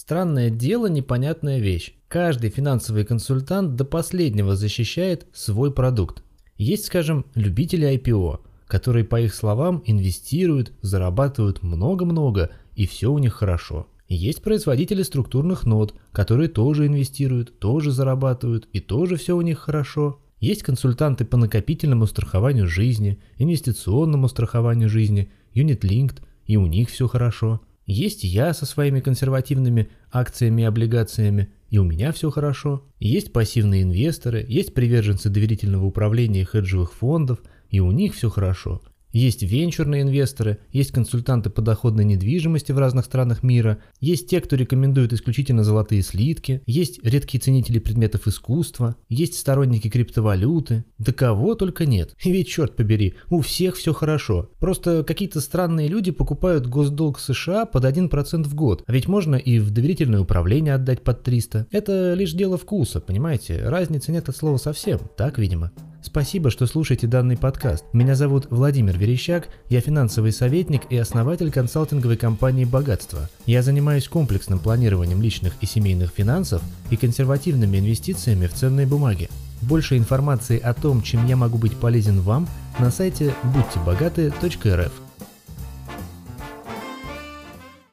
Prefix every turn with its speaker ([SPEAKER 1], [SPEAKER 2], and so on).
[SPEAKER 1] Странное дело, непонятная вещь. Каждый финансовый консультант до последнего защищает свой продукт. Есть, скажем, любители IPO, которые, по их словам, инвестируют, зарабатывают много-много, и все у них хорошо. Есть производители структурных нот, которые тоже инвестируют, тоже зарабатывают, и тоже все у них хорошо. Есть консультанты по накопительному страхованию жизни, инвестиционному страхованию жизни, Unit-Linked, и у них все хорошо. Есть я со своими консервативными акциями и облигациями, и у меня все хорошо. Есть пассивные инвесторы, есть приверженцы доверительного управления и хеджевых фондов, и у них все хорошо. Есть венчурные инвесторы, есть консультанты по доходной недвижимости в разных странах мира, есть те, кто рекомендует исключительно золотые слитки, есть редкие ценители предметов искусства, есть сторонники криптовалюты. Да кого только нет. И ведь, черт побери, у всех все хорошо. Просто какие-то странные люди покупают госдолг США под 1% в год. А ведь можно и в доверительное управление отдать под 300. Это лишь дело вкуса, понимаете? Разницы нет от слова совсем. Так, видимо. Спасибо, что слушаете данный подкаст. Меня зовут Владимир Верещак, я финансовый советник и основатель консалтинговой компании «Богатство». Я занимаюсь комплексным планированием личных и семейных финансов и консервативными инвестициями в ценные бумаги. Больше информации о том, чем я могу быть полезен вам, на сайте будьтебогаты.рф.